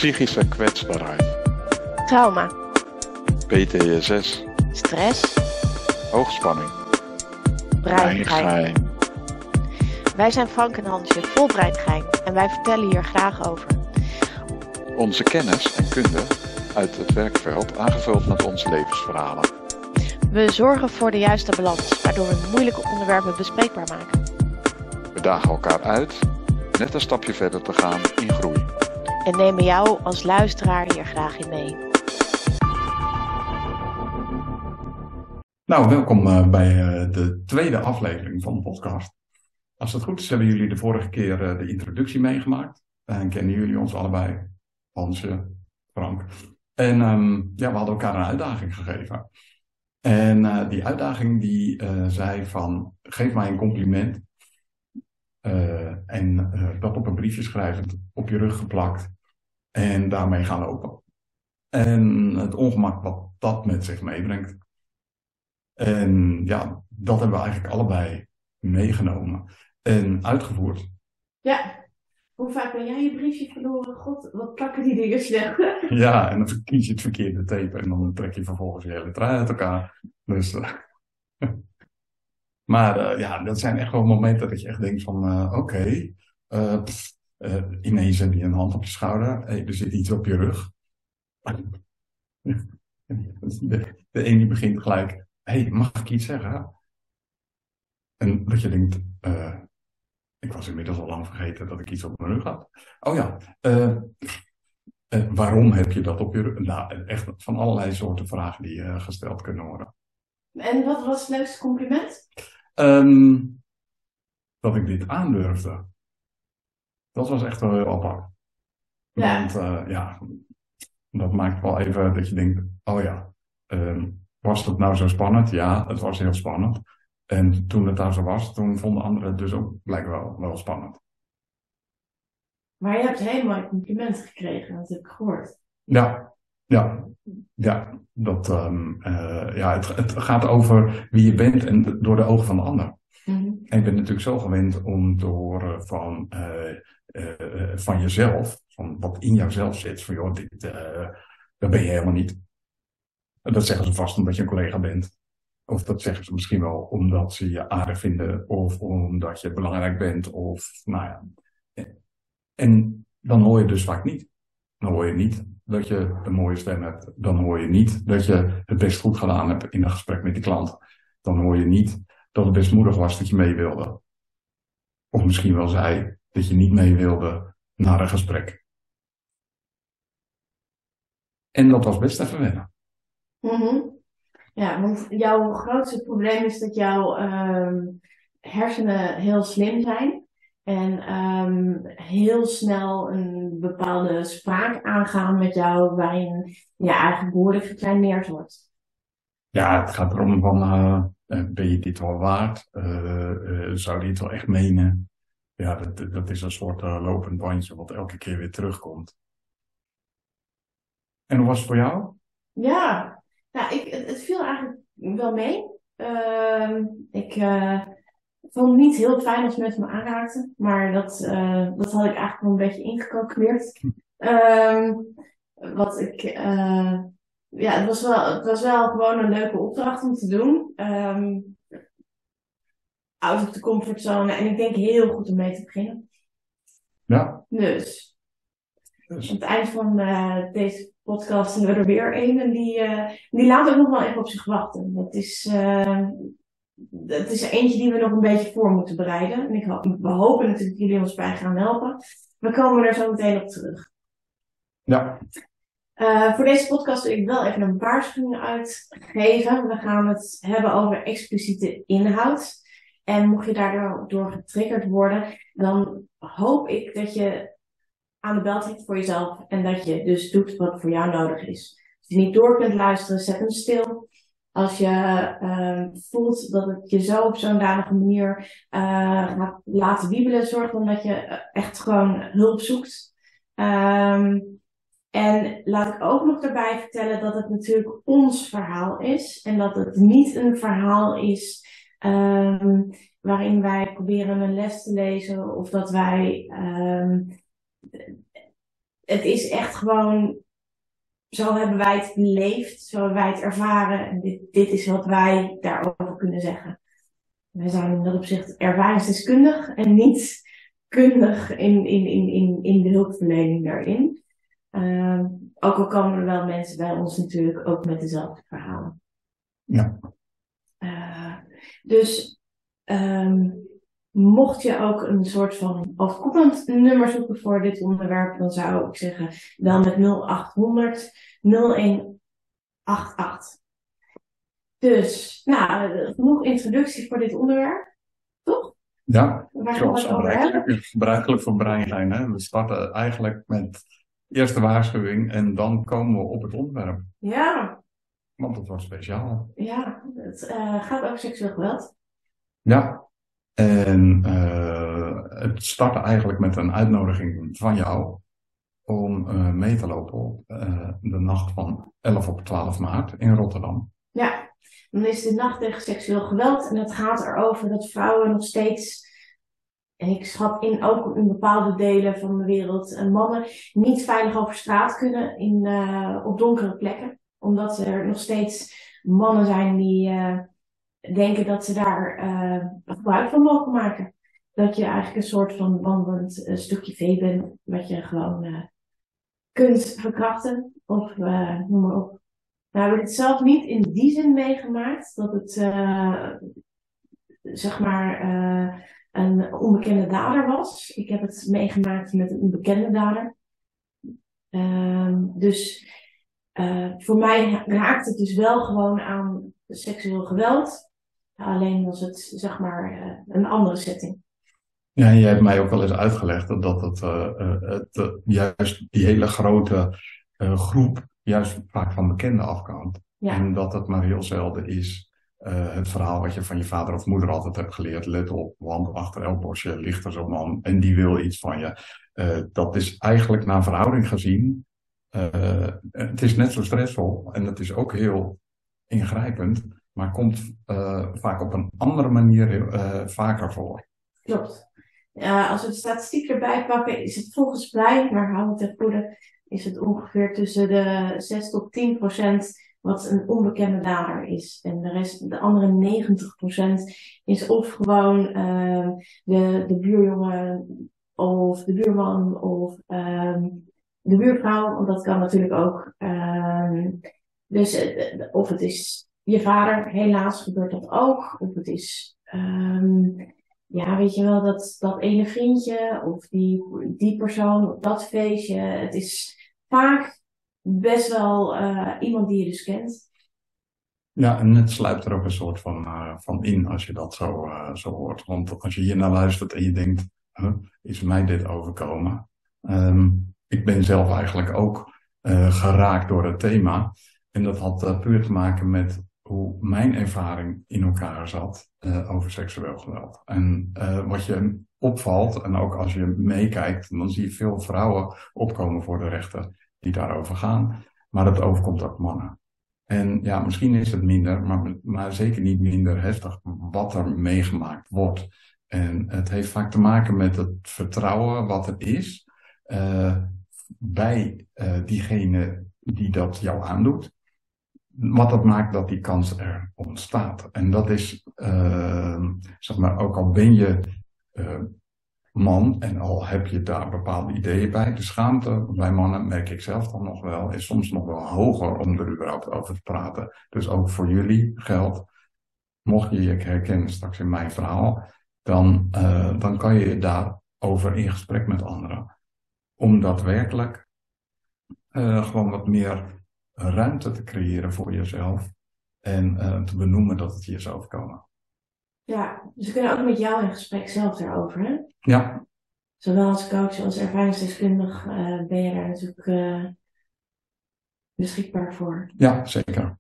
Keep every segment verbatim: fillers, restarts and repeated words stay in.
Psychische kwetsbaarheid. Trauma. P T S S. Stress. Hoogspanning. Breingeheim. Wij zijn Frank en Hansje, vol breingeheim, en wij vertellen hier graag over. Onze kennis en kunde uit het werkveld aangevuld met onze levensverhalen. We zorgen voor de juiste balans, waardoor we moeilijke onderwerpen bespreekbaar maken. We dagen elkaar uit net een stapje verder te gaan in groei. En nemen jou als luisteraar hier graag in mee. Nou, welkom uh, bij uh, de tweede aflevering van de podcast. Als het goed is, hebben jullie de vorige keer uh, de introductie meegemaakt. En kennen jullie ons allebei, Hansje, Frank. En um, ja, we hadden elkaar een uitdaging gegeven. En uh, die uitdaging die uh, zei van, geef mij een compliment. Uh, en uh, dat op een briefje schrijvend, op je rug geplakt. En daarmee gaan lopen. En het ongemak wat dat met zich meebrengt. En ja, dat hebben we eigenlijk allebei meegenomen en uitgevoerd. Ja, hoe vaak ben jij je briefje verloren? God, wat plakken die dingen slecht. Ja, en dan kies je het verkeerde tape en dan trek je vervolgens je hele trui uit elkaar. Dus, uh, maar uh, ja, dat zijn echt wel momenten dat je echt denkt van, uh, oké, okay, uh, uh, ineens heb je een hand op je schouder, hey, er zit iets op je rug. De, de ene begint gelijk, hé, hey, mag ik iets zeggen? En dat je denkt, uh, ik was inmiddels al lang vergeten dat ik iets op mijn rug had. Oh ja, uh, uh, waarom heb je dat op je rug? Nou, echt van allerlei soorten vragen die uh, gesteld kunnen worden. En wat was het leukste compliment? Um, dat ik dit aandurfde. Dat was echt wel heel apart. Ja. Want uh, ja, dat maakt wel even dat je denkt, oh ja, um, was het nou zo spannend? Ja, het was heel spannend. En toen het daar zo was, toen vonden anderen het dus ook blijkbaar wel, wel spannend. Maar je hebt heel mooi complimenten gekregen, dat heb ik gehoord. Ja, ja, ja. Dat, um, uh, ja het, het gaat over wie je bent en door de ogen van de ander. Mm-hmm. En je bent natuurlijk zo gewend om door uh, van, uh, uh, van jezelf, van wat in jouzelf zit, van joh, dit, uh, dat ben je helemaal niet. Dat zeggen ze vast omdat je een collega bent. Of dat zeggen ze misschien wel omdat ze je aardig vinden. Of omdat je belangrijk bent. Of nou ja. En dan hoor je dus vaak niet. Dan hoor je niet dat je een mooie stem hebt. Dan hoor je niet dat je het best goed gedaan hebt in een gesprek met die klant. Dan hoor je niet dat het best moedig was dat je mee wilde. Of misschien wel zei dat je niet mee wilde naar een gesprek. En dat was best even wennen. Mm-hmm. Ja, want jouw grootste probleem is dat jouw um, hersenen heel slim zijn. En um, heel snel een bepaalde spraak aangaan met jou waarin je eigenlijk behoorlijk gekleineerd wordt. Ja, het gaat erom van, uh, ben je dit wel waard? Uh, uh, zou je dit wel echt menen? Ja, dat, dat is een soort uh, lopend bandje wat elke keer weer terugkomt. En hoe was het voor jou? Ja, nou, ik, het, het viel eigenlijk wel mee. Uh, ik uh, vond het niet heel fijn als mensen me aanraakten, maar dat, uh, dat had ik eigenlijk wel een beetje ingecalculeerd. Uh, wat ik, uh, ja, het was, wel, het was wel gewoon een leuke opdracht om te doen. Um, out of the comfortzone en ik denk heel goed om mee te beginnen. Ja. Dus, dus. aan het eind van uh, deze podcast hebben we er weer een en die, uh, die laat ook nog wel even op zich wachten. Dat is, uh, dat is eentje die we nog een beetje voor moeten bereiden. En ik ho- we hopen natuurlijk dat jullie ons bij gaan helpen. We komen er zo meteen op terug. Ja. Uh, voor deze podcast wil ik wel even een waarschuwing uitgeven. We gaan het hebben over expliciete inhoud. En mocht je daardoor getriggerd worden, dan hoop ik dat je aan de bel trekt voor jezelf en dat je dus doet wat voor jou nodig is. Als je niet door kunt luisteren, zet hem stil. Als je uh, voelt dat het je zo op zo'n danige manier uh, gaat laten wiebelen, zorg dan dat je echt gewoon hulp zoekt. Um, en laat ik ook nog daarbij vertellen dat het natuurlijk ons verhaal is en dat het niet een verhaal is um, waarin wij proberen een les te lezen of dat wij um, het is echt gewoon, zo hebben wij het beleefd, zo hebben wij het ervaren. En dit, dit is wat wij daarover kunnen zeggen. Wij zijn in dat opzicht ervaringsdeskundig en niet kundig in, in, in, in, in de hulpverlening daarin. Uh, ook al komen er wel mensen bij ons natuurlijk ook met dezelfde verhalen. Ja. Uh, dus um, mocht je ook een soort van overkoepelend nummer zoeken voor dit onderwerp, dan zou ik zeggen wel met nul acht honderd nul een acht acht. Dus, nou, genoeg introductie voor dit onderwerp, toch? Ja, Waar zoals gaan we het over hebben? gebruikelijk voor Brein. Hè? We starten eigenlijk met eerst de waarschuwing en dan komen we op het onderwerp. Ja, Want het wordt speciaal. ja, het uh, gaat over seksueel geweld. Ja, en uh, het startte eigenlijk met een uitnodiging van jou om uh, mee te lopen op uh, de nacht van elf op twaalf maart in Rotterdam. Ja, dan is de nacht tegen seksueel geweld en het gaat erover dat vrouwen nog steeds, en ik schat in ook in bepaalde delen van de wereld, en mannen niet veilig over straat kunnen in, uh, op donkere plekken. Omdat er nog steeds mannen zijn die uh, denken dat ze daar uh, gebruik van mogen maken. Dat je eigenlijk een soort van wandelend uh, stukje vee bent, wat je gewoon uh, kunt verkrachten of uh, noem maar op. Nou, we hebben het zelf niet in die zin meegemaakt dat het uh, zeg maar uh, een onbekende dader was. Ik heb het meegemaakt met een bekende dader. Uh, dus uh, voor mij raakt het dus wel gewoon aan seksueel geweld. Alleen was het zeg maar uh, een andere setting. Ja, en jij hebt mij ook wel eens uitgelegd dat het, uh, uh, het uh, juist die hele grote uh, groep juist vaak van bekenden afkomt. Ja. En dat het maar heel zelden is uh, het verhaal wat je van je vader of moeder altijd hebt geleerd. Let op, want achter elk bosje ligt er zo'n man en die wil iets van je. Uh, dat is eigenlijk naar verhouding gezien. Uh, het is net zo stressvol en het is ook heel ingrijpend. Maar komt uh, vaak op een andere manier uh, vaker voor. Klopt. Uh, als we de statistiek erbij pakken, is het volgens mij, maar hou het ten goede, is het ongeveer tussen de zes tot tien procent wat een onbekende dader is. En de rest, de andere negentig procent is of gewoon uh, de, de buurjongen of de buurman of um, de buurvrouw, want dat kan natuurlijk ook. Um, dus uh, of het is je vader, helaas gebeurt dat ook. Of het is, um, ja, weet je wel, dat, dat ene vriendje of die, die persoon op dat feestje. Het is vaak best wel uh, iemand die je dus kent. Ja, en het sluipt er ook een soort van, uh, van in als je dat zo, uh, zo hoort. Want als je hier naar luistert en je denkt, huh, is mij dit overkomen? Um, ik ben zelf eigenlijk ook uh, geraakt door het thema. En dat had uh, puur te maken met hoe mijn ervaring in elkaar zat uh, over seksueel geweld. En uh, wat je opvalt, en ook als je meekijkt, dan zie je veel vrouwen opkomen voor de rechter die daarover gaan. Maar het overkomt ook mannen. En ja, misschien is het minder, maar, maar zeker niet minder heftig wat er meegemaakt wordt. En het heeft vaak te maken met het vertrouwen wat er is uh, bij uh, diegene die dat jou aandoet. Wat dat maakt dat die kans er ontstaat. En dat is, uh, zeg maar, ook al ben je uh, man en al heb je daar bepaalde ideeën bij. De schaamte bij mannen, merk ik zelf dan nog wel, is soms nog wel hoger om er überhaupt over te praten. Dus ook voor jullie geldt, mocht je je herkennen straks in mijn verhaal, dan, uh, dan kan je daarover in gesprek met anderen. Om daadwerkelijk uh, gewoon wat meer ruimte te creëren voor jezelf en uh, te benoemen dat het je is overkomen. Ja, dus we kunnen ook met jou in gesprek zelf daarover, hè? Ja. Zowel als coach als ervaringsdeskundig uh, ben je daar natuurlijk uh, beschikbaar voor. Ja, zeker.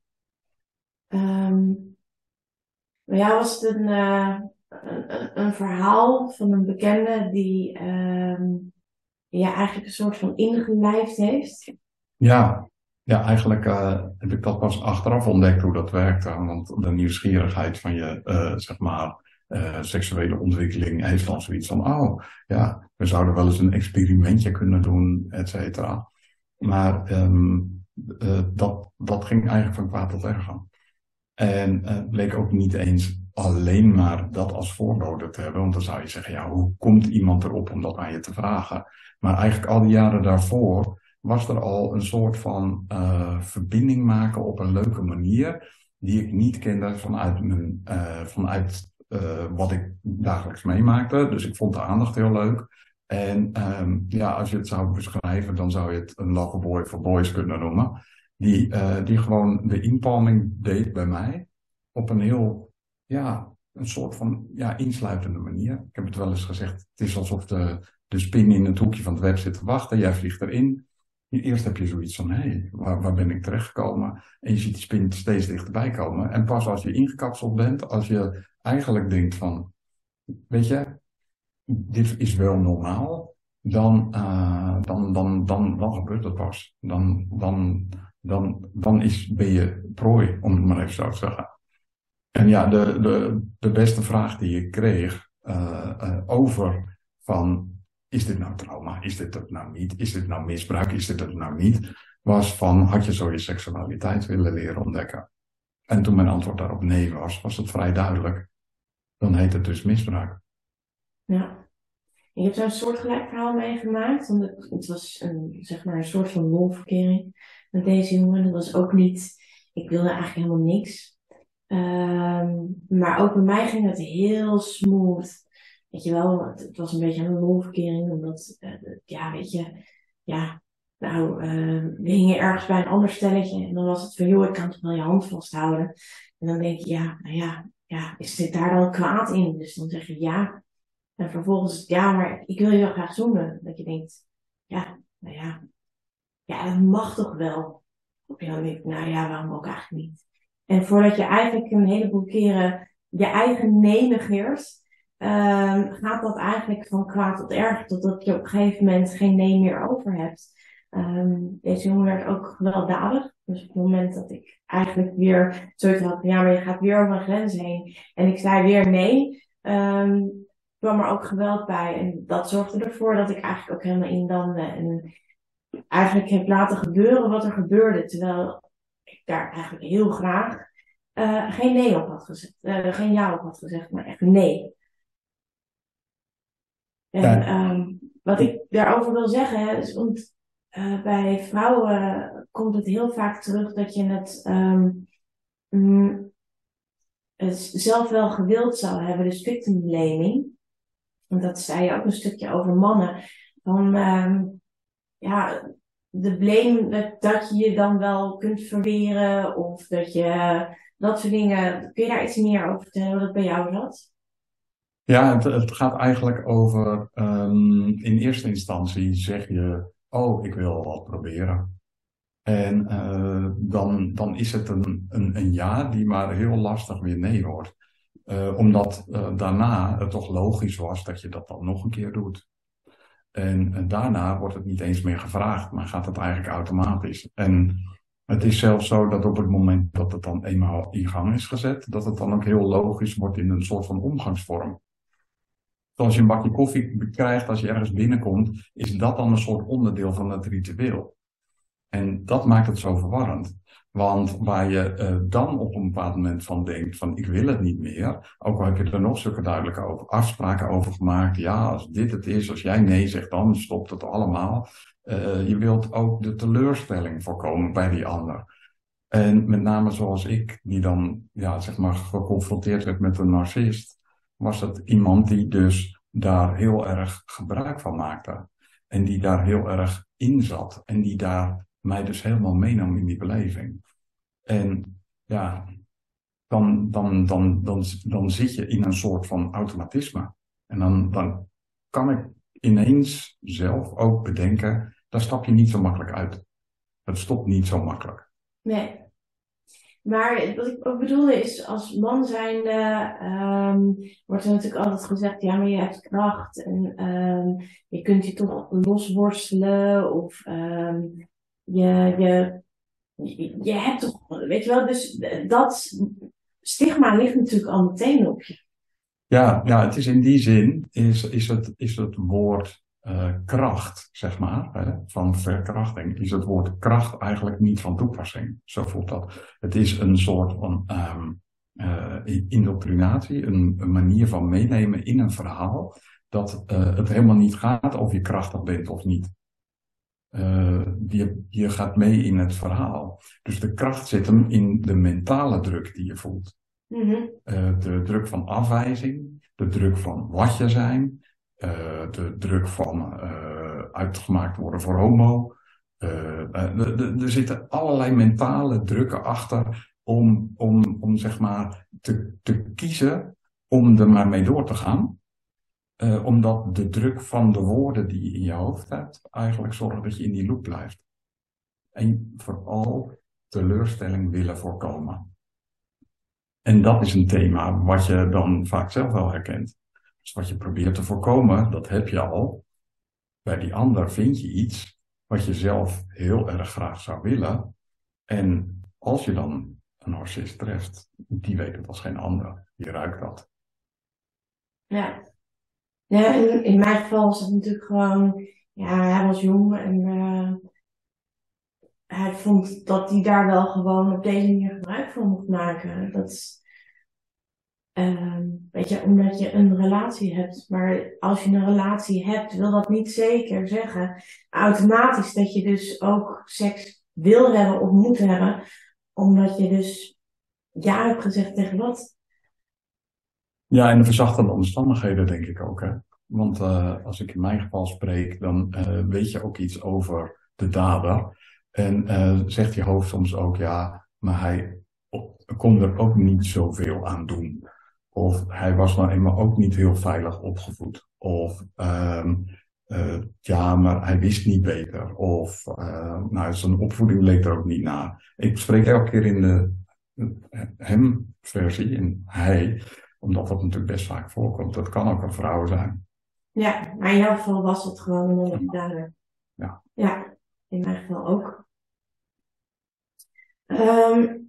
Um, bij jou was het een, uh, een, een verhaal van een bekende die um, ja, eigenlijk een soort van ingelijfd heeft. Ja. Ja, eigenlijk uh, heb ik dat pas achteraf ontdekt hoe dat werkte. Want de nieuwsgierigheid van je, uh, zeg maar, uh, seksuele ontwikkeling heeft dan zoiets van, oh ja, we zouden wel eens een experimentje kunnen doen, et cetera. Maar um, uh, dat, dat ging eigenlijk van kwaad tot erger. En het uh, bleek ook niet eens alleen maar dat als voorbode te hebben. Want dan zou je zeggen, ja, hoe komt iemand erop om dat aan je te vragen? Maar eigenlijk al die jaren daarvoor was er al een soort van uh, verbinding maken op een leuke manier. Die ik niet kende vanuit, mijn, uh, vanuit uh, wat ik dagelijks meemaakte. Dus ik vond de aandacht heel leuk. En um, ja, als je het zou beschrijven, dan zou je het een loverboy for boys kunnen noemen. Die, uh, die gewoon de inpalming deed bij mij. Op een heel, ja, een soort van ja, insluitende manier. Ik heb het wel eens gezegd, het is alsof de, de spin in het hoekje van het web zit te wachten. Jij vliegt erin. Eerst heb je zoiets van, hé, hey, waar, waar ben ik terechtgekomen? En je ziet die spin steeds dichterbij komen. En pas als je ingekapseld bent, als je eigenlijk denkt van, weet je, dit is wel normaal, dan, uh, dan, dan, dan, dan gebeurt het pas. Dan, dan, dan, dan is, ben je prooi, om het maar even zo te zeggen. En ja, de, de, de beste vraag die ik kreeg uh, uh, over van, is dit nou trauma? Is dit het nou niet? Is dit nou misbruik? Is dit het nou niet? Was van, had je zo je seksualiteit willen leren ontdekken? En toen mijn antwoord daarop nee was, was het vrij duidelijk. Dan heet het dus misbruik. Ja. Je hebt zo'n soortgelijk verhaal meegemaakt. Want het, het was een, zeg maar een soort van lolverkering met deze jongen. Dat was ook niet, ik wilde eigenlijk helemaal niks. Um, maar ook bij mij ging het heel smooth. Weet je wel, het, het was een beetje een lolverkering. Omdat, uh, ja, weet je, ja, nou, uh, we hingen ergens bij een ander stelletje. En dan was het van, joh, ik kan toch wel je hand vasthouden. En dan denk je, ja, nou ja, ja, is dit daar dan kwaad in? Dus dan zeg je ja. En vervolgens, ja, maar ik wil je wel graag zoenen. Dat je denkt, ja, nou ja, ja, dat mag toch wel. Of je dan denkt, nou ja, waarom ook eigenlijk niet? En voordat je eigenlijk een heleboel keren je eigen nee negeert, uh, gaat dat eigenlijk van kwaad tot erg, totdat je op een gegeven moment geen nee meer over hebt. Um, deze jongen werd ook gewelddadig. Dus op het moment dat ik eigenlijk weer zoiets had, ja, maar je gaat weer over een grens heen. En ik zei weer nee, um, kwam er ook geweld bij. En dat zorgde ervoor dat ik eigenlijk ook helemaal indamde. En eigenlijk heb laten gebeuren wat er gebeurde. Terwijl ik daar eigenlijk heel graag uh, geen nee op had gezegd. Uh, geen ja op had gezegd, maar echt nee. En ja. um, wat ik daarover wil zeggen, hè, is want uh, bij vrouwen komt het heel vaak terug dat je het, um, mm, het zelf wel gewild zou hebben. Dus victim blaming. Want dat zei je ook een stukje over mannen. Van, um, ja, de blame dat, dat je je dan wel kunt verweren. Of dat je, dat soort dingen. Kun je daar iets meer over vertellen, hoe dat bij jou zat? Ja, het, het gaat eigenlijk over, um, in eerste instantie zeg je, oh, ik wil wat proberen. En uh, dan, dan is het een, een, een ja die maar heel lastig weer nee wordt. Uh, omdat uh, daarna het toch logisch was dat je dat dan nog een keer doet. En, en daarna wordt het niet eens meer gevraagd, maar gaat het eigenlijk automatisch. En het is zelfs zo dat op het moment dat het dan eenmaal in gang is gezet, dat het dan ook heel logisch wordt in een soort van omgangsvorm. Zoals je een bakje koffie krijgt als je ergens binnenkomt, is dat dan een soort onderdeel van het ritueel. En dat maakt het zo verwarrend. Want waar je uh, dan op een bepaald moment van denkt van ik wil het niet meer, ook al heb je er nog zulke duidelijke over, afspraken over gemaakt, ja, als dit het is, als jij nee zegt, dan stopt het allemaal. Uh, je wilt ook de teleurstelling voorkomen bij die ander. En met name zoals ik, die dan ja, zeg maar geconfronteerd werd met een narcist, was het iemand die dus daar heel erg gebruik van maakte. En die daar heel erg in zat. En die daar mij dus helemaal meenam in die beleving. En ja, dan, dan, dan, dan, dan zit je in een soort van automatisme. En dan, dan kan ik ineens zelf ook bedenken, daar stap je niet zo makkelijk uit. Het stopt niet zo makkelijk. Nee. Maar wat ik ook bedoelde is, als man zijnde um, wordt er natuurlijk altijd gezegd, ja, maar je hebt kracht en um, je kunt je toch losworstelen of um, je, je, je, je hebt toch, weet je wel, dus dat stigma ligt natuurlijk al meteen op je. Ja, ja, het is in die zin, is, is, het, is het woord uh, kracht, zeg maar, hè, van verkrachting, is het woord kracht eigenlijk niet van toepassing. Zo voelt dat. Het is een soort van um, uh, indoctrinatie, een, een manier van meenemen in een verhaal, dat uh, het helemaal niet gaat of je krachtig bent of niet. Uh, je, je gaat mee in het verhaal. Dus de kracht zit hem in de mentale druk die je voelt. Mm-hmm. Uh, de druk van afwijzing, de druk van wat je zijn, uh, de druk van uh, uitgemaakt worden voor homo. Uh, uh, er zitten allerlei mentale drukken achter om, om, om zeg maar te, te kiezen om er maar mee door te gaan. Uh, omdat de druk van de woorden die je in je hoofd hebt eigenlijk zorgt dat je in die loop blijft. En vooral teleurstelling willen voorkomen. En dat is een thema wat je dan vaak zelf wel herkent. Dus wat je probeert te voorkomen, dat heb je al. Bij die ander vind je iets wat je zelf heel erg graag zou willen. En als je dan een narcist treft, die weet het als geen ander. Die ruikt dat. Ja. Ja, in, in mijn geval was het natuurlijk gewoon, ja, hij was jong en uh, hij vond dat hij daar wel gewoon op deze manier gebruik van mocht maken. Dat is, uh, weet je, omdat je een relatie hebt. Maar als je een relatie hebt, wil dat niet zeker zeggen automatisch dat je dus ook seks wil hebben of moet hebben. Omdat je dus ja hebt gezegd tegen wat. Ja, en de verzachtende omstandigheden denk ik ook, hè. Want uh, als ik in mijn geval spreek, dan uh, weet je ook iets over de dader. En uh, zegt je hoofd soms ook, ja, maar hij kon er ook niet zoveel aan doen. Of hij was nou eenmaal ook niet heel veilig opgevoed. Of uh, uh, ja, maar hij wist niet beter. Of uh, nou, zijn opvoeding leek er ook niet naar. Ik spreek elke keer in de uh, hem-versie, in hij, omdat dat natuurlijk best vaak voorkomt. Dat kan ook een vrouw zijn. Ja, maar in jouw geval was het gewoon een mannelijke dader. Ja. Ja, in mijn geval ook. Um,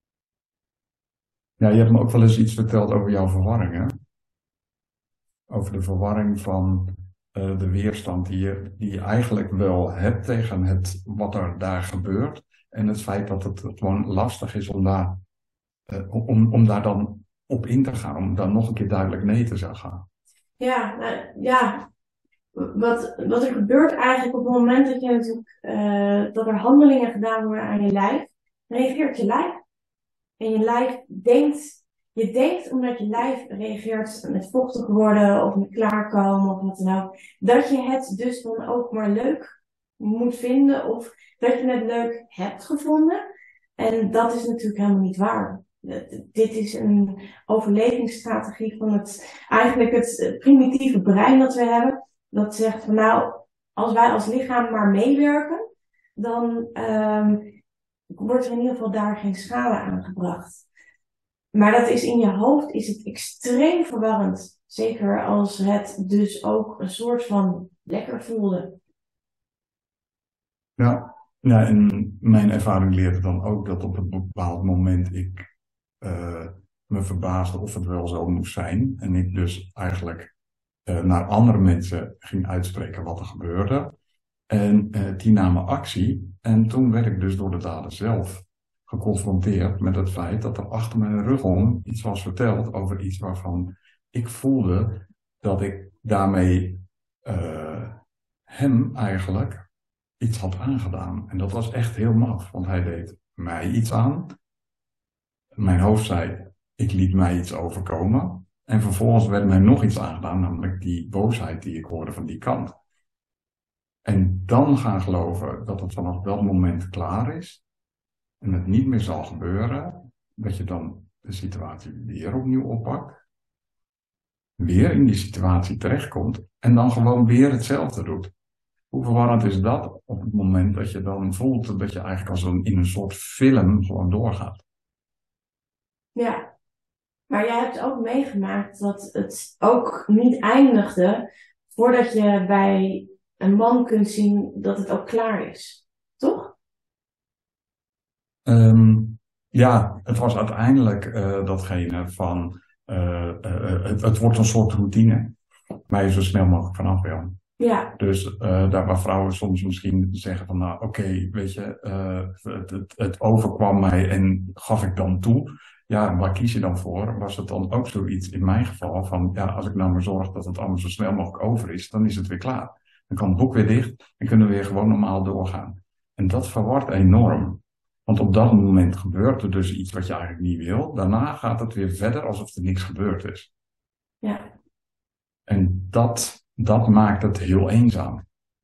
ja, je hebt me ook wel eens iets verteld over jouw verwarring, hè? Over de verwarring van uh, de weerstand die je, die je eigenlijk wel hebt tegen het, wat er daar gebeurt. En het feit dat het gewoon lastig is om daar, uh, om, om daar dan op in te gaan. Om dan nog een keer duidelijk nee te zeggen. Ja, nou, ja. Wat, wat er gebeurt eigenlijk op het moment dat je natuurlijk, uh, dat er handelingen gedaan worden aan je lijf, reageert je lijf. En je lijf denkt, je denkt omdat je lijf reageert met vochtig worden of met klaarkomen of wat dan ook, dat je het dus dan ook maar leuk moet vinden of dat je het leuk hebt gevonden. En dat is natuurlijk helemaal niet waar. Dit is een overlevingsstrategie van het, eigenlijk het primitieve brein dat we hebben. Dat zegt van nou, als wij als lichaam maar meewerken, dan um, wordt er in ieder geval daar geen schade aangebracht. Maar dat is in je hoofd is het extreem verwarrend. Zeker als het dus ook een soort van lekker voelde. Ja, ja, en mijn ervaring leerde dan ook dat op een bepaald moment ik uh, me verbaasde of het wel zo moest zijn. En ik dus eigenlijk uh, naar andere mensen ging uitspreken wat er gebeurde. En uh, die namen actie. En toen werd ik dus door de dader zelf geconfronteerd met het feit dat er achter mijn rug om iets was verteld over iets waarvan ik voelde dat ik daarmee uh, hem eigenlijk iets had aangedaan. En dat was echt heel maf, want hij deed mij iets aan. Mijn hoofd zei, ik liet mij iets overkomen. En vervolgens werd mij nog iets aangedaan, namelijk die boosheid die ik hoorde van die kant. En dan gaan geloven dat het vanaf dat moment klaar is. En het niet meer zal gebeuren. Dat je dan de situatie weer opnieuw oppakt. Weer in die situatie terechtkomt. En dan gewoon weer hetzelfde doet. Hoe verwarrend is dat op het moment dat je dan voelt dat je eigenlijk als een, in een soort film gewoon doorgaat. Ja, maar jij hebt ook meegemaakt dat het ook niet eindigde voordat je bij een man kunt zien dat het ook klaar is. Toch? Um, ja, het was uiteindelijk uh, datgene van uh, uh, het, het wordt een soort routine. Maar je zo snel mogelijk vanaf wil. Ja. Dus uh, daar waar vrouwen soms misschien zeggen van nou oké, okay, weet je, uh, het, het, het overkwam mij en gaf ik dan toe. Ja, waar kies je dan voor? Was het dan ook zoiets in mijn geval van ja, als ik nou maar zorg dat het allemaal zo snel mogelijk over is, dan is het weer klaar. Dan kan het boek weer dicht en kunnen we weer gewoon normaal doorgaan. En dat verwart enorm. Want op dat moment gebeurt er dus iets wat je eigenlijk niet wil. Daarna gaat het weer verder alsof er niks gebeurd is. Ja. En dat, dat maakt het heel eenzaam.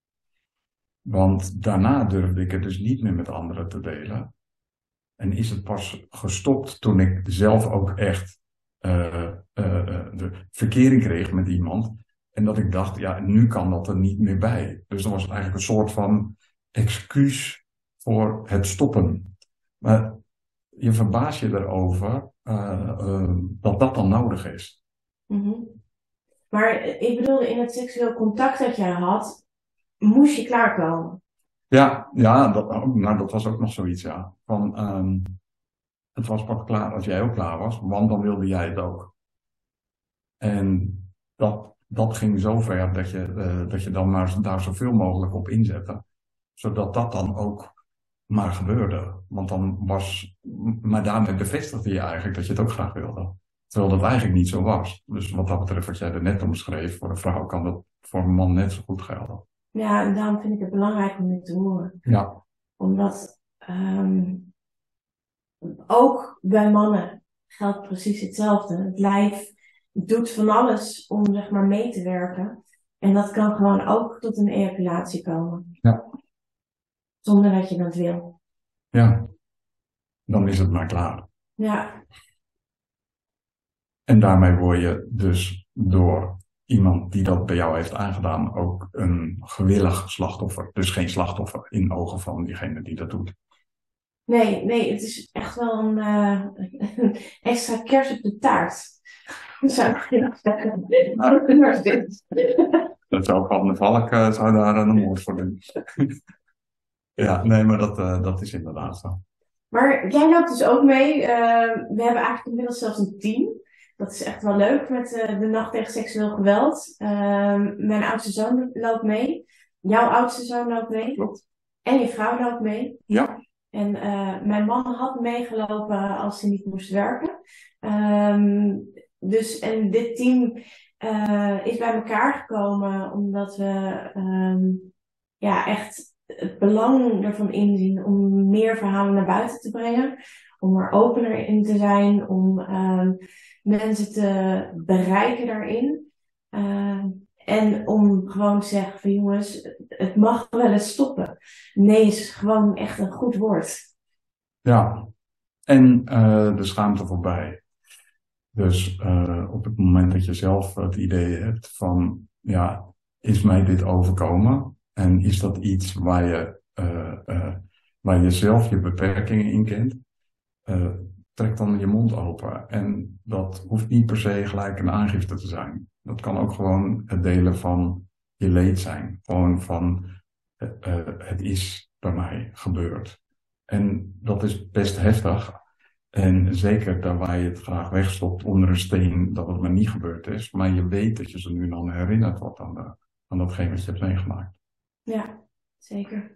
Want daarna durfde ik het dus niet meer met anderen te delen. En is het pas gestopt toen ik zelf ook echt uh, uh, uh, de verkering kreeg met iemand. En dat ik dacht, ja, nu kan dat er niet meer bij. Dus dan was het eigenlijk een soort van excuus voor het stoppen. Maar je verbaast je erover uh, uh, dat dat dan nodig is. Mm-hmm. Maar ik bedoelde, in het seksueel contact dat jij had, moest je klaarkomen? Ja, ja dat, nou, dat was ook nog zoiets, ja. Van, um, het was pas klaar als jij ook klaar was, want dan wilde jij het ook. En dat, dat ging zo ver dat je, uh, dat je dan maar daar zoveel mogelijk op inzette. Zodat dat dan ook maar gebeurde. Want dan was, maar daarmee bevestigde je eigenlijk dat je het ook graag wilde. Terwijl dat eigenlijk niet zo was. Dus wat dat betreft wat jij er net omschreef, voor een vrouw kan dat voor een man net zo goed gelden. Ja, en daarom vind ik het belangrijk om dit te horen. Ja. Omdat um, ook bij mannen geldt precies hetzelfde. Het lijf doet van alles om zeg maar mee te werken. En dat kan gewoon ook tot een ejaculatie komen. Ja. Zonder dat je dat wil. Ja. Dan is het maar klaar. Ja. En daarmee word je dus door iemand die dat bij jou heeft aangedaan ook een gewillig slachtoffer. Dus geen slachtoffer in ogen van diegene die dat doet. Nee, nee, het is echt wel een, uh, een extra kers op de taart. Zou ik nog zeggen. Dat zou Van de Valk uh, zou daar een moord voor doen. Ja, nee, maar dat, uh, dat is inderdaad zo. Maar jij loopt dus ook mee. Uh, we hebben eigenlijk inmiddels zelfs een team. Dat is echt wel leuk met uh, de Nacht tegen Seksueel Geweld. Uh, mijn oudste zoon loopt mee. Jouw oudste zoon loopt mee. Klopt. En je vrouw loopt mee. Ja. En uh, mijn man had meegelopen als hij niet moest werken. Um, dus, en dit team uh, is bij elkaar gekomen omdat we um, ja, echt het belang ervan inzien om meer verhalen naar buiten te brengen. Om er opener in te zijn, om um, mensen te bereiken daarin. Uh, en om gewoon te zeggen van jongens, het mag wel eens stoppen. Nee is gewoon echt een goed woord. Ja, en uh, de schaamte voorbij. Dus uh, op het moment dat je zelf het idee hebt van, ja, is mij dit overkomen? En is dat iets waar je, uh, uh, waar je zelf je beperkingen in kent? Uh, trek dan je mond open. En dat hoeft niet per se gelijk een aangifte te zijn. Dat kan ook gewoon het delen van je leed zijn. Gewoon van, uh, uh, het is bij mij gebeurd. En dat is best heftig. En zeker daar waar je het graag wegstopt onder een steen, dat het maar niet gebeurd is. Maar je weet dat je zo nu en dan herinnerd wordt aan, de, aan datgene wat je hebt meegemaakt. Ja, zeker.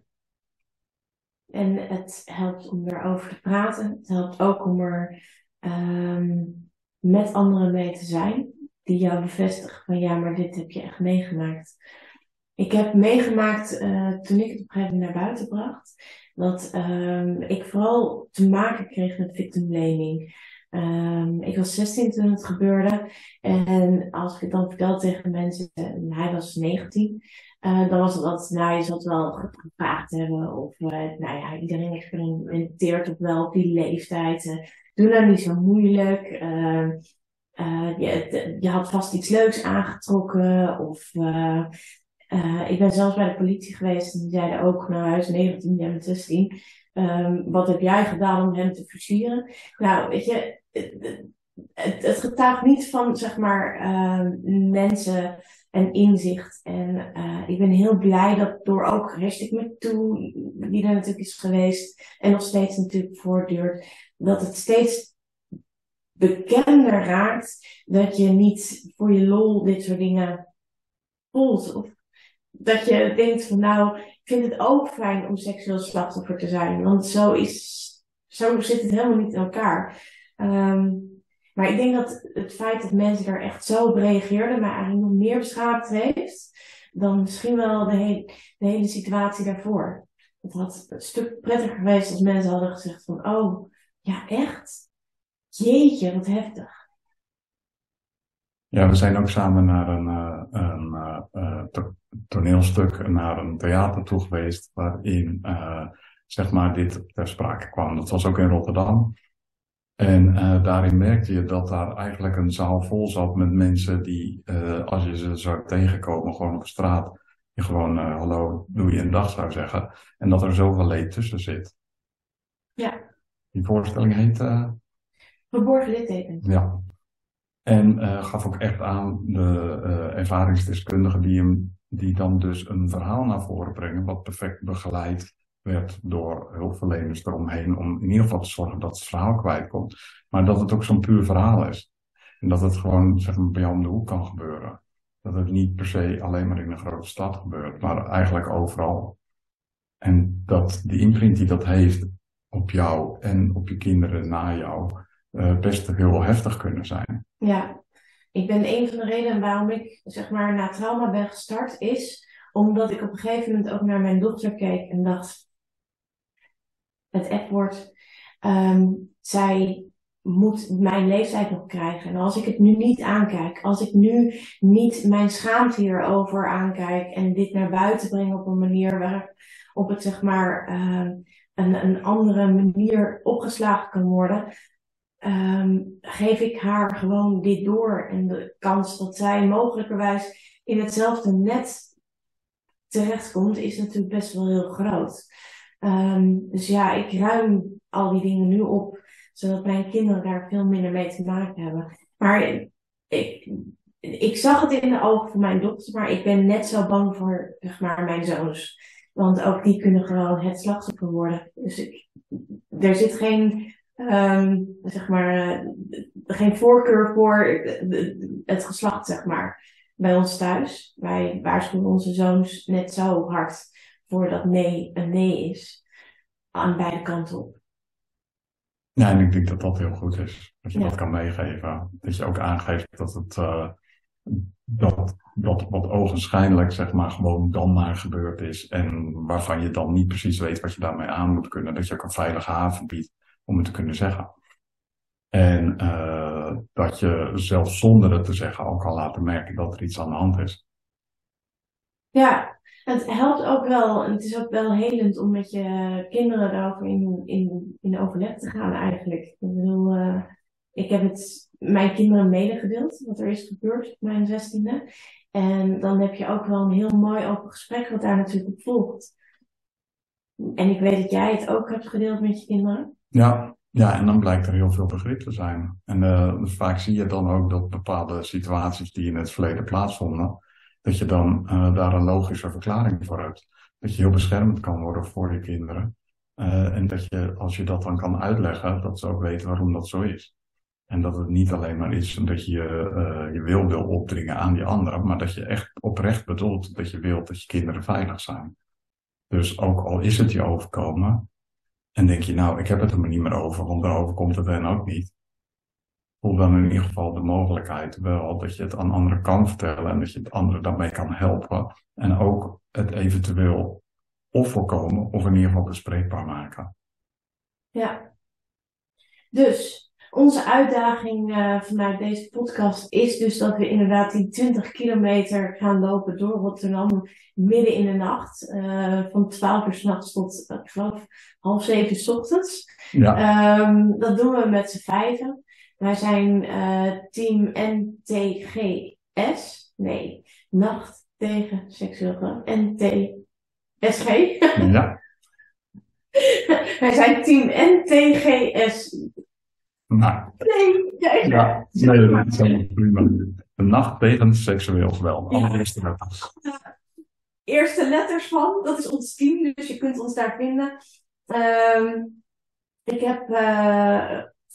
En het helpt om erover te praten. Het helpt ook om er um, met anderen mee te zijn. Die jou bevestigen van ja, maar dit heb je echt meegemaakt. Ik heb meegemaakt uh, toen ik het op een gegeven moment naar buiten bracht. Dat um, ik vooral te maken kreeg met victim blaming. Um, ik was zestien toen het gebeurde. En als ik het dan vertel tegen mensen, en hij was negentien. Uh, dan was het altijd, nou je zult wel gevraagd hebben. Of uh, nou ja, iedereen experimenteert op wel op die leeftijd. Uh, doe nou niet zo moeilijk. Uh, uh, je, je had vast iets leuks aangetrokken. Of... Uh, Uh, ik ben zelfs bij de politie geweest en die zeiden ook, nou hij is negentien, jij bent zestien. Um, wat heb jij gedaan om hem te versieren? Nou, weet je, het, het, het getuigt niet van, zeg maar, uh, mensen en inzicht. En uh, ik ben heel blij dat door ook hashtag MeToo, die er natuurlijk is geweest en nog steeds natuurlijk voortduurt, dat het steeds bekender raakt, dat je niet voor je lol dit soort dingen voelt. Of dat je denkt van nou, ik vind het ook fijn om seksueel slachtoffer te zijn. Want zo, is, zo zit het helemaal niet in elkaar. Um, maar ik denk dat het feit dat mensen daar echt zo op reageerden, mij eigenlijk nog meer beschadigd heeft dan misschien wel de, he- de hele situatie daarvoor. Het had een stuk prettiger geweest als mensen hadden gezegd van oh, ja echt? Jeetje, wat heftig. Ja, we zijn ook samen naar een, uh, een uh, uh, to- toneelstuk, naar een theater toe geweest, waarin uh, zeg maar dit ter sprake kwam. Dat was ook in Rotterdam. En uh, daarin merkte je dat daar eigenlijk een zaal vol zat met mensen die, uh, als je ze zou tegenkomen, gewoon op straat, je gewoon uh, hallo, doe je een dag zou zeggen. En dat er zoveel leed tussen zit. Ja. Die voorstelling heet... Uh, Verborgen littekens. Ja. En uh, gaf ook echt aan de uh, ervaringsdeskundigen die, hem, die dan dus een verhaal naar voren brengen, wat perfect begeleid werd door hulpverleners eromheen, om in ieder geval te zorgen dat het verhaal kwijtkomt. Maar dat het ook zo'n puur verhaal is. En dat het gewoon zeg maar, bij jou om de hoek kan gebeuren. Dat het niet per se alleen maar in een grote stad gebeurt, maar eigenlijk overal. En dat die imprint die dat heeft op jou en op je kinderen na jou, uh, best heel heftig kunnen zijn. Ja, ik ben een van de redenen waarom ik zeg maar na trauma ben gestart is omdat ik op een gegeven moment ook naar mijn dochter keek en dacht, het F-woord, um, zij moet mijn leeftijd nog krijgen. En als ik het nu niet aankijk, als ik nu niet mijn schaamte hierover aankijk en dit naar buiten breng op een manier waarop het zeg maar uh, een, een andere manier opgeslagen kan worden, Um, geef ik haar gewoon dit door. En de kans dat zij mogelijkerwijs in hetzelfde net terechtkomt, is natuurlijk best wel heel groot. Um, dus ja, ik ruim al die dingen nu op, zodat mijn kinderen daar veel minder mee te maken hebben. Maar ik, ik zag het in de ogen van mijn dochter, maar ik ben net zo bang voor zeg maar, mijn zoons. Want ook die kunnen gewoon het slachtoffer worden. Dus ik, er zit geen... Um, zeg maar, uh, geen voorkeur voor het geslacht, zeg maar, bij ons thuis. Wij waarschuwen onze zoons net zo hard voor dat nee een nee is. Aan beide kanten op. Ja, en ik denk dat dat heel goed is. Dat je Ja. dat kan meegeven. Dat je ook aangeeft dat het, uh, dat, dat wat ogenschijnlijk, zeg maar, gewoon dan maar gebeurd is. En waarvan je dan niet precies weet wat je daarmee aan moet kunnen. Dat je ook een veilige haven biedt om het te kunnen zeggen. En uh, dat je zelfs zonder het te zeggen ook al laten merken dat er iets aan de hand is. Ja, het helpt ook wel. En het is ook wel helend om met je kinderen daarover in, in, in overleg te gaan eigenlijk. Ik bedoel, uh, ik heb het mijn kinderen medegedeeld wat er is gebeurd op mijn zestiende. En dan heb je ook wel een heel mooi open gesprek wat daar natuurlijk op volgt. En ik weet dat jij het ook hebt gedeeld met je kinderen. Ja, ja, en dan blijkt er heel veel begrip te zijn. En uh, vaak zie je dan ook dat bepaalde situaties die in het verleden plaatsvonden, dat je dan uh, daar een logische verklaring voor hebt. Dat je heel beschermd kan worden voor je kinderen. Uh, en dat je, als je dat dan kan uitleggen, dat ze ook weten waarom dat zo is. En dat het niet alleen maar is dat je uh, je wil wil opdringen aan die anderen, maar dat je echt oprecht bedoelt dat je wilt dat je kinderen veilig zijn. Dus ook al is het je overkomen, en denk je, nou, ik heb het er maar niet meer over, want daarover komt het hen ook niet. Voel dan in ieder geval de mogelijkheid wel dat je het aan anderen kan vertellen en dat je het anderen daarmee kan helpen. En ook het eventueel of voorkomen of in ieder geval bespreekbaar maken. Ja. Dus, onze uitdaging uh, vanuit deze podcast is dus dat we inderdaad die twintig kilometer gaan lopen door Rotterdam midden in de nacht. Uh, van twaalf uur 's nachts tot, uh, ik geloof, half zeven 's ochtends. Ja. Um, dat doen we met z'n vijven. Wij zijn uh, team N T G S. Nee, Nacht tegen Seksueel Geweld. N T S G. Ja. Wij zijn team N T G S. Nou. Nee, jij ja, nee, dat is helemaal prima. De Nacht tegen Seksueel Geweld. Ja. Alle eerste letters. Eerste letters van, dat is ons team, dus je kunt ons daar vinden. Um, ik heb uh,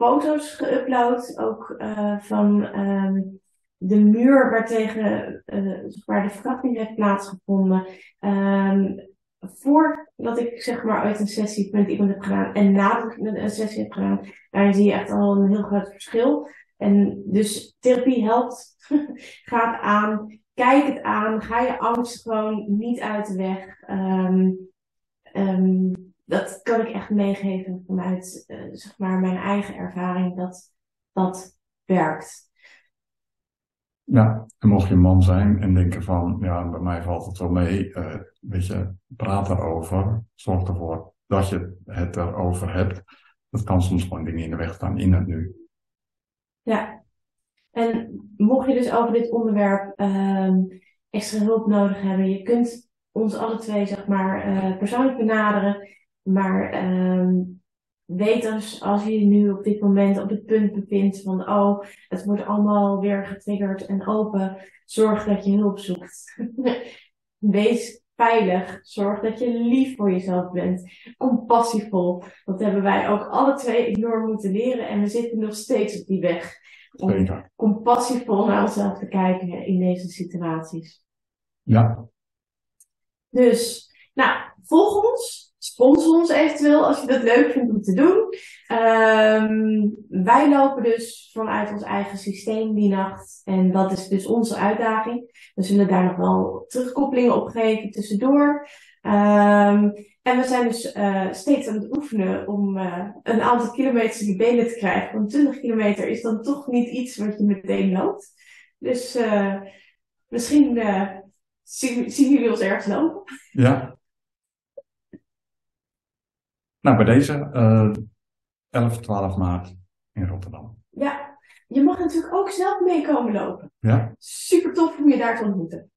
foto's geüpload, ook uh, van um, de muur waartegen uh, waar de verkrachting heeft plaatsgevonden. Um, voordat ik zeg maar uit een sessie met iemand heb gedaan en nadat ik een sessie heb gedaan, daarin zie je echt al een heel groot verschil. En dus therapie helpt, ga het aan, kijk het aan, ga je angst gewoon niet uit de weg. Um, um, dat kan ik echt meegeven vanuit uh, zeg maar mijn eigen ervaring, dat dat werkt. Ja, en mocht je een man zijn en denken van, ja, bij mij valt het wel mee, uh, weet je, praat erover, zorg ervoor dat je het erover hebt. Dat kan soms gewoon dingen in de weg staan in het nu. Ja, en mocht je dus over dit onderwerp um, extra hulp nodig hebben, je kunt ons alle twee zeg maar uh, persoonlijk benaderen, maar um, weet dus als je je nu op dit moment op het punt bevindt van oh, het wordt allemaal weer getriggerd en open, zorg dat je hulp zoekt. Wees veilig, zorg dat je lief voor jezelf bent, compassievol. Dat hebben wij ook alle twee enorm moeten leren en we zitten nog steeds op die weg. Om Zeker. Compassievol naar onszelf te kijken in deze situaties. Ja. Dus, nou, volg ons. Sponsor ons eventueel als je dat leuk vindt om te doen. Um, wij lopen dus vanuit ons eigen systeem die nacht. En dat is dus onze uitdaging. We zullen daar nog wel terugkoppelingen op geven tussendoor. Um, en we zijn dus uh, steeds aan het oefenen om uh, een aantal kilometers in die benen te krijgen. Want twintig kilometer is dan toch niet iets wat je meteen loopt. Dus uh, misschien uh, zien, zien jullie ons ergens lopen. Ja. Nou, bij deze uh, elf, twaalf maart in Rotterdam. Ja, je mag natuurlijk ook zelf meekomen lopen. Ja. Super tof om je daar te ontmoeten.